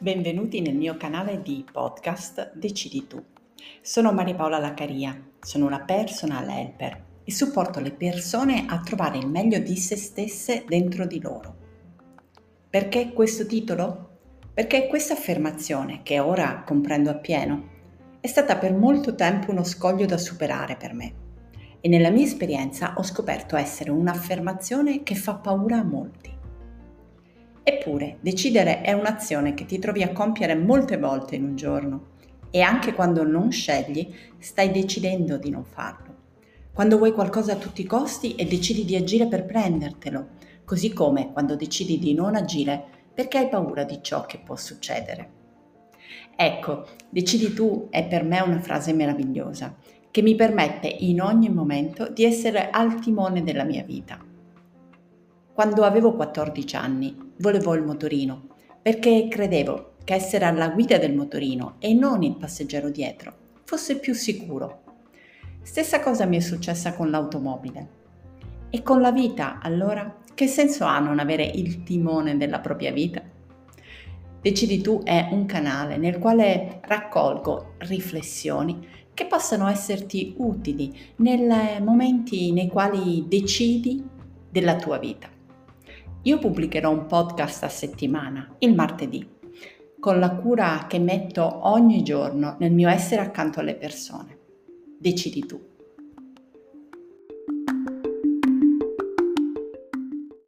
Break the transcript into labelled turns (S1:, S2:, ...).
S1: Benvenuti nel mio canale di podcast Decidi tu. Sono Maria Paola Laccaria, sono una personal helper e supporto le persone a trovare il meglio di se stesse dentro di loro. Perché questo titolo? Perché questa affermazione, che ora comprendo appieno, è stata per molto tempo uno scoglio da superare per me e nella mia esperienza ho scoperto essere un'affermazione che fa paura a molti. Eppure, decidere è un'azione che ti trovi a compiere molte volte in un giorno e anche quando non scegli, stai decidendo di non farlo. Quando vuoi qualcosa a tutti i costi e decidi di agire per prendertelo, così come quando decidi di non agire perché hai paura di ciò che può succedere. Ecco, decidi tu è per me una frase meravigliosa che mi permette in ogni momento di essere al timone della mia vita. Quando avevo 14 anni volevo il motorino perché credevo che essere alla guida del motorino e non il passeggero dietro fosse più sicuro. Stessa cosa mi è successa con l'automobile. E con la vita, allora, che senso ha non avere il timone della propria vita? Decidi tu è un canale nel quale raccolgo riflessioni che possano esserti utili nei momenti nei quali decidi della tua vita. Io pubblicherò un podcast a settimana, il martedì, con la cura che metto ogni giorno nel mio essere accanto alle persone. Decidi tu.